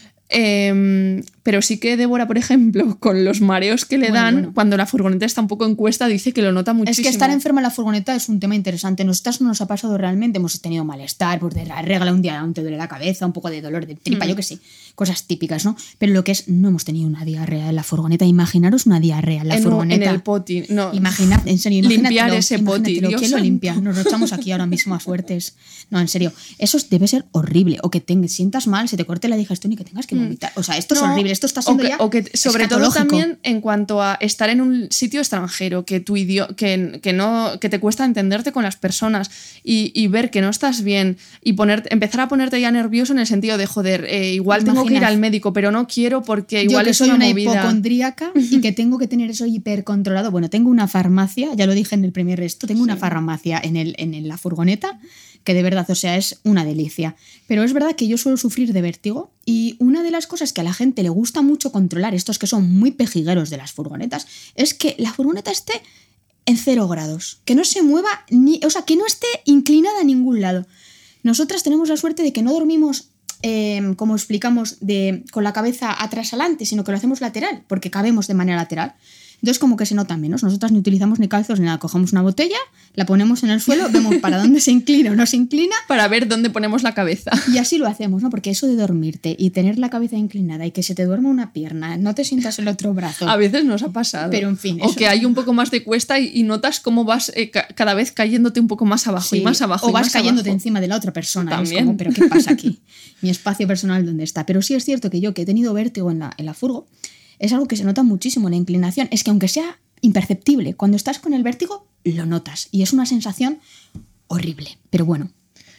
Eh, pero sí que Débora, por ejemplo, con los mareos que le bueno, dan bueno. cuando la furgoneta está un poco en cuesta, dice que lo nota muchísimo. Es que estar enferma en la furgoneta es un tema interesante. Nosotras no nos ha pasado realmente, hemos tenido malestar, pues de la regla, un día te duele la cabeza, un poco de dolor de tripa, mm. yo qué sé, cosas típicas, ¿no? Pero lo que es, no hemos tenido una diarrea en la furgoneta. Imaginaros una diarrea en la en, furgoneta. En el poti, no. Imaginad, en serio, limpiar ese poti. Dios ¿quién lo limpia? Nos lo echamos aquí ahora mismo a fuertes. No, en serio, eso debe ser horrible. O que te sientas mal, se te corte la digestión y que tengas que vomitar. O sea, esto no, es horrible, esto está siendo o que, ya o que sobre todo también en cuanto a estar en un sitio extranjero, que tu idioma, que, que no, que te cuesta entenderte con las personas y, y ver que no estás bien y poner, empezar a ponerte ya nervioso en el sentido de joder, eh, igual Imaginad. tengo que ir al médico, pero no quiero porque igual Yo que es soy una, una movida. hipocondríaca y que tengo que tener eso hipercontrolado. Bueno, tengo una farmacia, ya lo dije en el primer resto, tengo sí. una farmacia en, el, en la furgoneta que de verdad, o sea, es una delicia. Pero es verdad que yo suelo sufrir de vértigo y una de las cosas que a la gente le gusta mucho controlar, estos que son muy pejigueros de las furgonetas, es que la furgoneta esté en cero grados, que no se mueva, ni, o sea, que no esté inclinada a ningún lado. Nosotras tenemos la suerte de que no dormimos, eh, como explicamos, de, con la cabeza atrás adelante, sino que lo hacemos lateral, porque cabemos de manera lateral. Entonces como que se nota menos. Nosotras ni utilizamos ni calzos ni nada. Cogemos una botella, la ponemos en el suelo, vemos para dónde se inclina o no se inclina. Para ver dónde ponemos la cabeza. Y así lo hacemos, ¿no? Porque eso de dormirte y tener la cabeza inclinada y que se te duerma una pierna, no te sientas el otro brazo. A veces nos ha pasado. Pero en fin. O que hay un poco más de cuesta y, y notas cómo vas eh, ca- cada vez cayéndote un poco más abajo sí. y más abajo. O y vas más cayéndote abajo. encima de la otra persona. También. Es como, ¿pero qué pasa aquí? Mi espacio personal, ¿dónde está? Pero sí es cierto que yo, que he tenido vértigo en la, en la furgo, es algo que se nota muchísimo, la inclinación. Es que aunque sea imperceptible, cuando estás con el vértigo lo notas y es una sensación horrible, pero bueno.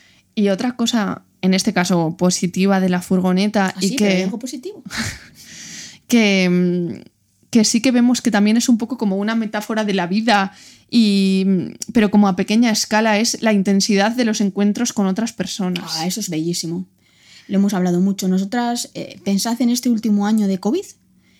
Y otra cosa, en este caso positiva de la furgoneta ¿Ah, y sí? que ¿Pero hay algo positivo? que, que sí que vemos que también es un poco como una metáfora de la vida y, pero como a pequeña escala, es la intensidad de los encuentros con otras personas. Ah, eso es bellísimo. Lo hemos hablado mucho. Nosotras, eh, pensad en este último año de COVID.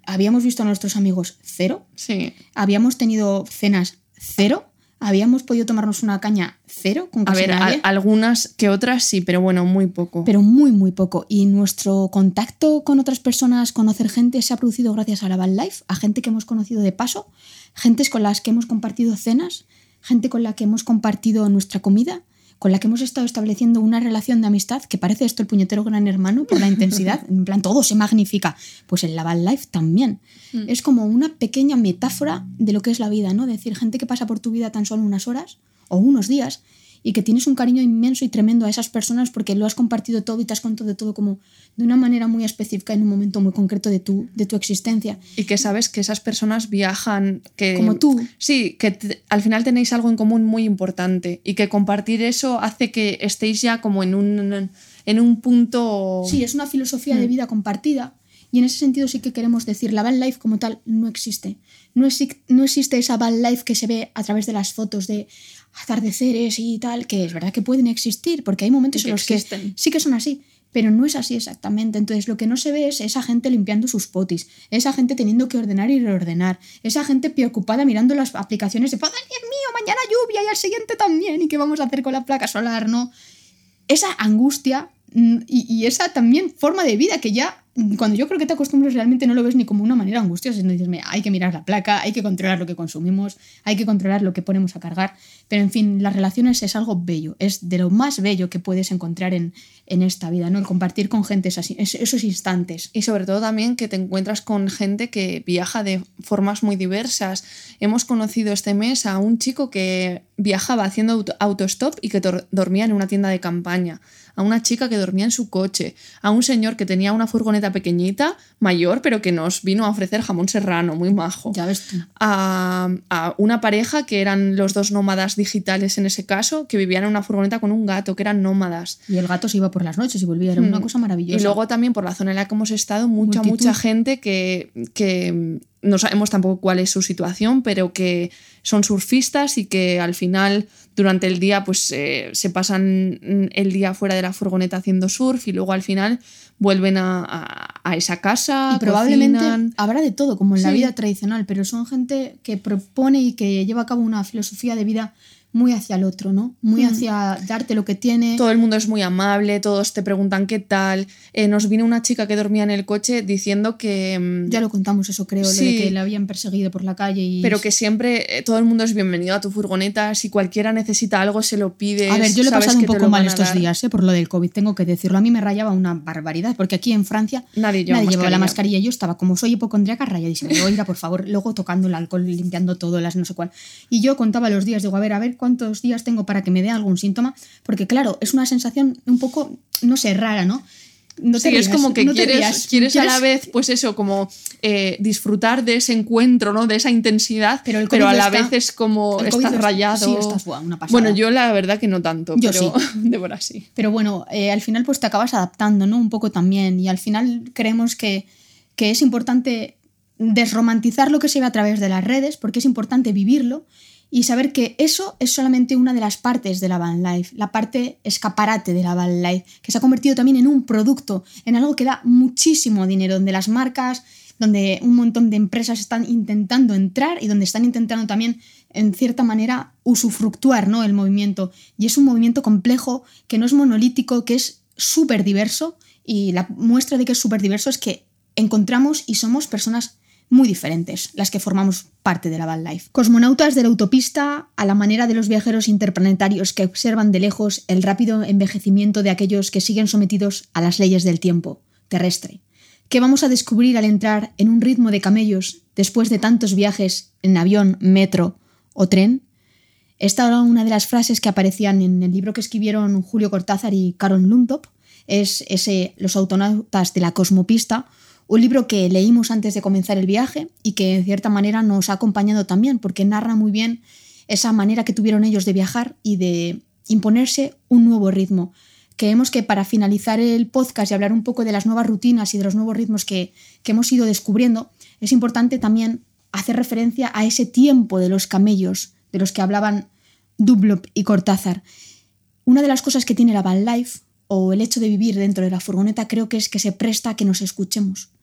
habíamos visto a nuestros amigos cero, Sí. habíamos tenido cenas cero, habíamos podido tomarnos una caña cero con A casi ver, a- nadie. algunas que otras sí, pero bueno, muy poco. Pero muy, muy poco. Y nuestro contacto con otras personas, conocer gente, se ha producido gracias a la van life, a gente que hemos conocido de paso, gentes con las que hemos compartido cenas, gente con la que hemos compartido nuestra comida, con la que hemos estado estableciendo una relación de amistad que parece esto el puñetero Gran Hermano por la intensidad. En plan, todo se magnifica. Pues en la van life también. Mm. Es como una pequeña metáfora de lo que es la vida, ¿no? Decir, gente que pasa por tu vida tan solo unas horas o unos días y que tienes un cariño inmenso y tremendo a esas personas porque lo has compartido todo y te has contado de todo como de una manera muy específica en un momento muy concreto de tu, de tu existencia. Y que sabes que esas personas viajan... Que, como tú. Sí, que te, al final tenéis algo en común muy importante y que compartir eso hace que estéis ya como en un, en un punto... Sí, es una filosofía mm. de vida compartida. Y en ese sentido sí que queremos decir, la van life como tal no existe. No, exi- no existe esa van life que se ve a través de las fotos de atardeceres y tal, que es verdad que pueden existir, porque hay momentos en los existen. que sí que son así, pero no es así exactamente. Entonces lo que no se ve es esa gente limpiando sus potis, esa gente teniendo que ordenar y reordenar, esa gente preocupada mirando las aplicaciones de ¡ay, Dios mío, mañana lluvia y al siguiente también! ¿Y qué vamos a hacer con la placa solar? No. Esa angustia y, y esa también forma de vida que ya... Cuando yo creo que te acostumbras realmente no lo ves ni como una manera angustiosa, sino dices, mira, hay que mirar la placa, hay que controlar lo que consumimos, hay que controlar lo que ponemos a cargar, pero en fin, las relaciones es algo bello, es de lo más bello que puedes encontrar en, en esta vida, ¿no? El compartir con gente esas, esos instantes. Y sobre todo también que te encuentras con gente que viaja de formas muy diversas. Hemos conocido este mes a un chico que viajaba haciendo auto- autostop y que tor- dormía en una tienda de campaña, a una chica que dormía en su coche, a un señor que tenía una furgoneta pequeñita, mayor, pero que nos vino a ofrecer jamón serrano, muy majo. Ya ves tú. A, a una pareja que eran los dos nómadas digitales en ese caso, que vivían en una furgoneta con un gato, que eran nómadas. Y el gato se iba por las noches y volvía, era hmm. una cosa maravillosa. Y luego también por la zona en la que hemos estado, mucha, Multitud. mucha gente que... que no sabemos tampoco cuál es su situación, pero que son surfistas y que al final durante el día pues eh, se pasan el día fuera de la furgoneta haciendo surf y luego al final vuelven a, a, a esa casa. Y probablemente cocinan. Habrá de todo, como en sí. la vida tradicional, pero son gente que propone y que lleva a cabo una filosofía de vida muy hacia el otro, ¿no? Muy mm. hacia darte lo que tiene. Todo el mundo es muy amable, todos te preguntan qué tal. Eh, nos vino una chica que dormía en el coche diciendo que... Ya lo contamos eso, creo, sí, lo de que la habían perseguido por la calle y... Pero que siempre eh, todo el mundo es bienvenido a tu furgoneta, si cualquiera necesita algo se lo pides. A ver, yo le he pasado un poco mal estos días, ¿eh? Por lo del COVID, tengo que decirlo. A mí me rayaba una barbaridad, porque aquí en Francia nadie, lleva, nadie llevaba la mascarilla. Yo estaba, como soy hipocondríaca, rayadísima. Yo, oiga, por favor, luego tocando el alcohol, limpiando todo, las no sé cuál. Y yo contaba los días, digo, a ver, a ver cuántos días tengo para que me dé algún síntoma, porque claro, es una sensación un poco, no sé, rara, ¿no? No te sí, rías, es como que no quieres, quieres, quieres a la vez, pues eso, como eh, disfrutar de ese encuentro, ¿no? De esa intensidad, pero, pero a la está, vez es como estás rayado. Sí, estás buah, una pasada. Bueno, yo la verdad que no tanto, yo pero sí. Débora sí. Pero bueno, eh, al final pues te acabas adaptando, ¿no? Un poco también, y al final creemos que, que es importante desromantizar lo que se ve a través de las redes, porque es importante vivirlo y saber que eso es solamente una de las partes de la van life, la parte escaparate de la van life, que se ha convertido también en un producto, en algo que da muchísimo dinero, donde las marcas, donde un montón de empresas están intentando entrar y donde están intentando también, en cierta manera, usufructuar, ¿no? El movimiento. Y es un movimiento complejo, que no es monolítico, que es súper diverso, y la muestra de que es súper diverso es que encontramos y somos personas muy diferentes, las que formamos parte de la van life. Cosmonautas de la autopista a la manera de los viajeros interplanetarios que observan de lejos el rápido envejecimiento de aquellos que siguen sometidos a las leyes del tiempo terrestre. ¿Qué vamos a descubrir al entrar en un ritmo de camellos después de tantos viajes en avión, metro o tren? Esta era una de las frases que aparecían en el libro que escribieron Julio Cortázar y Carol Lundtop. Es ese Los autonautas de la cosmopista, un libro que leímos antes de comenzar el viaje y que en cierta manera nos ha acompañado también porque narra muy bien esa manera que tuvieron ellos de viajar y de imponerse un nuevo ritmo. Creemos que para finalizar el podcast y hablar un poco de las nuevas rutinas y de los nuevos ritmos que, que hemos ido descubriendo, es importante también hacer referencia a ese tiempo de los camellos de los que hablaban Dunlop y Cortázar. Una de las cosas que tiene la van life o el hecho de vivir dentro de la furgoneta creo que es que se presta a que nos escuchemos.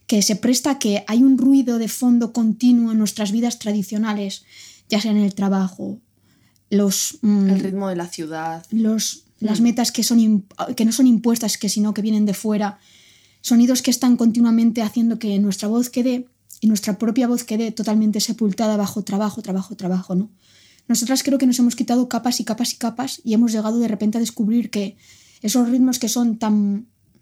que se presta a que hay un ruido de fondo continuo en nuestras vidas tradicionales, ya sea en el trabajo, los... Mm, el ritmo de la ciudad. Los, mm. Las metas que, son, que no son impuestas, que sino que vienen de fuera. Sonidos que están continuamente haciendo que nuestra voz quede, y nuestra propia voz quede totalmente sepultada bajo trabajo, trabajo, trabajo, ¿no? Nosotras creo que nos hemos quitado capas y capas y capas y hemos llegado de repente a descubrir que esos ritmos que son tan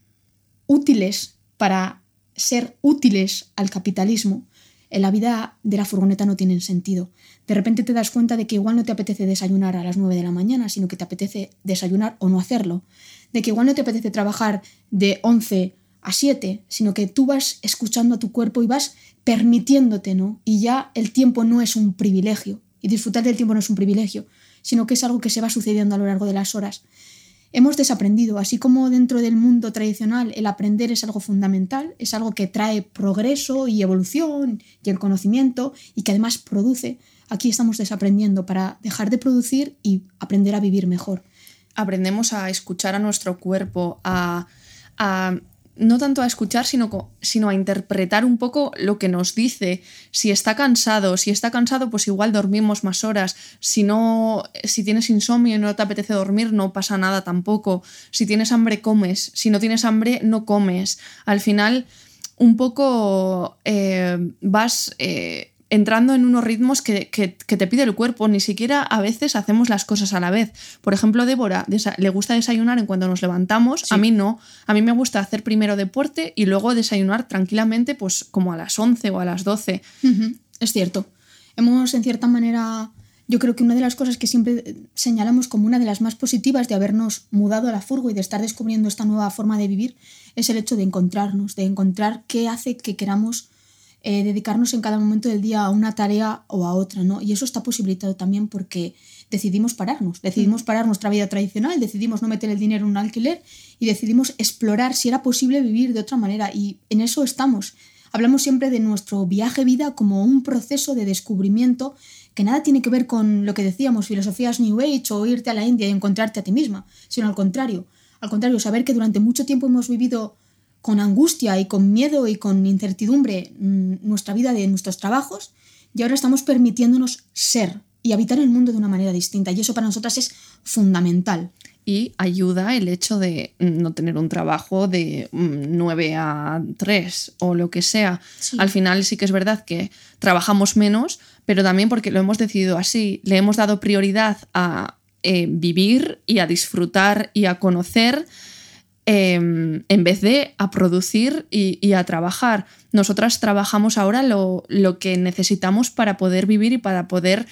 útiles para ser útiles al capitalismo, en la vida de la furgoneta no tienen sentido. De repente te das cuenta de que igual no te apetece desayunar a las nueve de la mañana, sino que te apetece desayunar o no hacerlo. De que igual no te apetece trabajar de once a siete, sino que tú vas escuchando a tu cuerpo y vas permitiéndote, ¿no? Y ya el tiempo no es un privilegio. Y disfrutar del tiempo no es un privilegio, sino que es algo que se va sucediendo a lo largo de las horas. Hemos desaprendido, así como dentro del mundo tradicional el aprender es algo fundamental, es algo que trae progreso y evolución y el conocimiento y que además produce. Aquí estamos desaprendiendo para dejar de producir y aprender a vivir mejor. Aprendemos a escuchar a nuestro cuerpo, a... a... no tanto a escuchar, sino, sino a interpretar un poco lo que nos dice. Si está cansado, si está cansado, pues igual dormimos más horas. Si no, si tienes insomnio y no te apetece dormir, no pasa nada tampoco. Si tienes hambre, comes. Si no tienes hambre, no comes. Al final, un poco eh, vas... Eh, entrando en unos ritmos que, que, que te pide el cuerpo. Ni siquiera a veces hacemos las cosas a la vez. Por ejemplo, Débora desa- le gusta desayunar en cuanto nos levantamos. Sí. A mí no. A mí me gusta hacer primero deporte y luego desayunar tranquilamente, pues como a las once o a las doce. Uh-huh. Es cierto. Hemos, en cierta manera, yo creo que una de las cosas que siempre señalamos como una de las más positivas de habernos mudado a la furgo y de estar descubriendo esta nueva forma de vivir es el hecho de encontrarnos, de encontrar qué hace que queramos Eh, dedicarnos en cada momento del día a una tarea o a otra, ¿no? Y eso está posibilitado también porque decidimos pararnos, decidimos parar nuestra vida tradicional, decidimos no meter el dinero en un alquiler y decidimos explorar si era posible vivir de otra manera y en eso estamos. Hablamos siempre de nuestro viaje vida como un proceso de descubrimiento que nada tiene que ver con lo que decíamos, filosofías New Age o irte a la India y encontrarte a ti misma, sino al contrario, al contrario, saber que durante mucho tiempo hemos vivido con angustia y con miedo y con incertidumbre nuestra vida de nuestros trabajos y ahora estamos permitiéndonos ser y habitar el mundo de una manera distinta y eso para nosotras es fundamental. Y ayuda el hecho de no tener un trabajo de nueve a tres o lo que sea. Sí. Al final sí que es verdad que trabajamos menos, pero también porque lo hemos decidido así. Le hemos dado prioridad a eh, vivir y a disfrutar y a conocer Eh, en vez de a producir y, y a trabajar. Nosotras trabajamos ahora lo, lo que necesitamos para poder vivir y para poder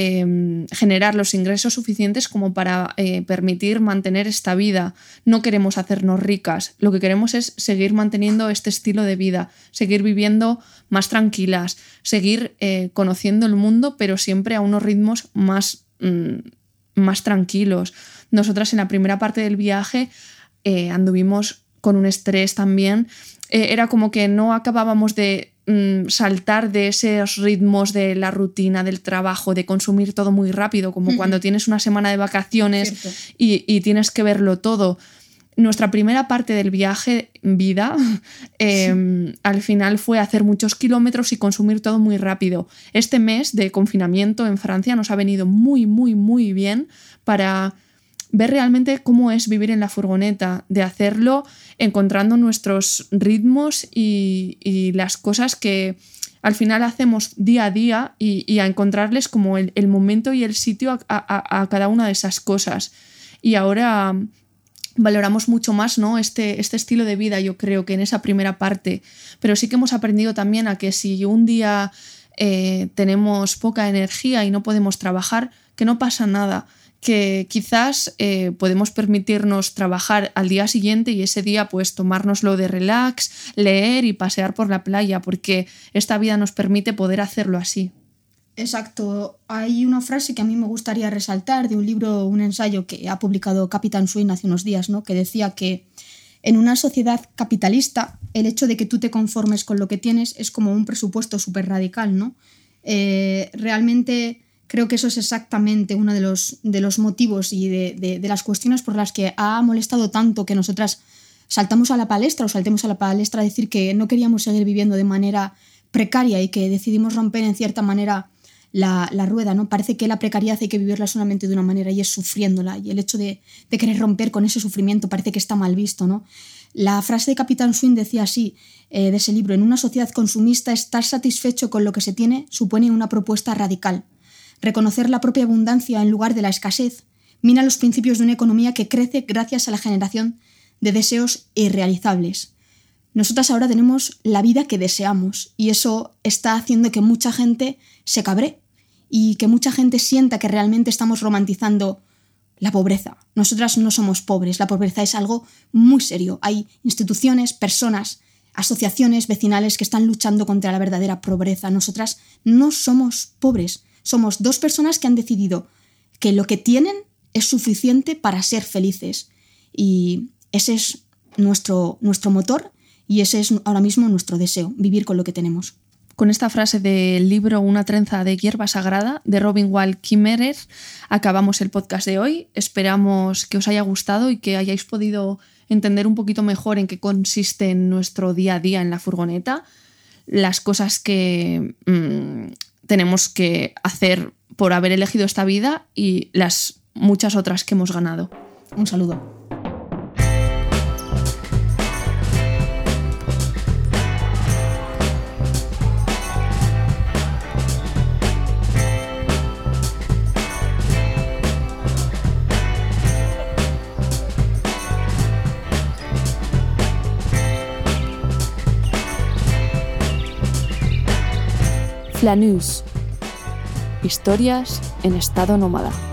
eh, generar los ingresos suficientes como para eh, permitir mantener esta vida. No queremos hacernos ricas, lo que queremos es seguir manteniendo este estilo de vida, seguir viviendo más tranquilas, seguir eh, conociendo el mundo, pero siempre a unos ritmos más, mm, más tranquilos. Nosotras en la primera parte del viaje Eh, anduvimos con un estrés también, eh, era como que no acabábamos de mm, saltar de esos ritmos de la rutina, del trabajo, de consumir todo muy rápido, como uh-huh. cuando tienes una semana de vacaciones y, y tienes que verlo todo. Nuestra primera parte del viaje vida eh, sí. al final fue hacer muchos kilómetros y consumir todo muy rápido. Este mes de confinamiento en Francia nos ha venido muy, muy, muy bien para ver realmente cómo es vivir en la furgoneta, de hacerlo encontrando nuestros ritmos y, y las cosas que al final hacemos día a día y, y a encontrarles como el, el momento y el sitio a, a, a cada una de esas cosas. Y ahora valoramos mucho más, ¿no? este, este estilo de vida, yo creo que en esa primera parte. Pero sí que hemos aprendido también a que si un día eh, tenemos poca energía y no podemos trabajar, que no pasa nada, que quizás eh, podemos permitirnos trabajar al día siguiente y ese día pues tomárnoslo de relax, leer y pasear por la playa, porque esta vida nos permite poder hacerlo así. Exacto. Hay una frase que a mí me gustaría resaltar de un libro, un ensayo que ha publicado Capitán Swing hace unos días, ¿no? Que decía que en una sociedad capitalista el hecho de que tú te conformes con lo que tienes es como un presupuesto súper radical, ¿no? Eh, realmente creo que eso es exactamente uno de los, de los motivos y de, de, de las cuestiones por las que ha molestado tanto que nosotras saltamos a la palestra o saltemos a la palestra a decir que no queríamos seguir viviendo de manera precaria y que decidimos romper en cierta manera la, la rueda, ¿no? Parece que la precariedad hay que vivirla solamente de una manera y es sufriéndola, y el hecho de, de querer romper con ese sufrimiento parece que está mal visto, ¿no? La frase de Capitán Swing decía así, eh, de ese libro: en una sociedad consumista, estar satisfecho con lo que se tiene supone una propuesta radical. Reconocer la propia abundancia en lugar de la escasez mina los principios de una economía que crece gracias a la generación de deseos irrealizables. Nosotras ahora tenemos la vida que deseamos y eso está haciendo que mucha gente se cabree y que mucha gente sienta que realmente estamos romantizando la pobreza. Nosotras no somos pobres, la pobreza es algo muy serio. Hay instituciones, personas, asociaciones vecinales que están luchando contra la verdadera pobreza. Nosotras no somos pobres, somos dos personas que han decidido que lo que tienen es suficiente para ser felices y ese es nuestro, nuestro motor y ese es ahora mismo nuestro deseo, vivir con lo que tenemos. Con esta frase del libro Una trenza de hierba sagrada de Robin Wall Kimmerer acabamos el podcast de hoy. Esperamos que os haya gustado y que hayáis podido entender un poquito mejor en qué consiste nuestro día a día en la furgoneta, las cosas que mmm, tenemos que hacer por haber elegido esta vida y las muchas otras que hemos ganado. Un saludo. Flanús. Historias en estado nómada.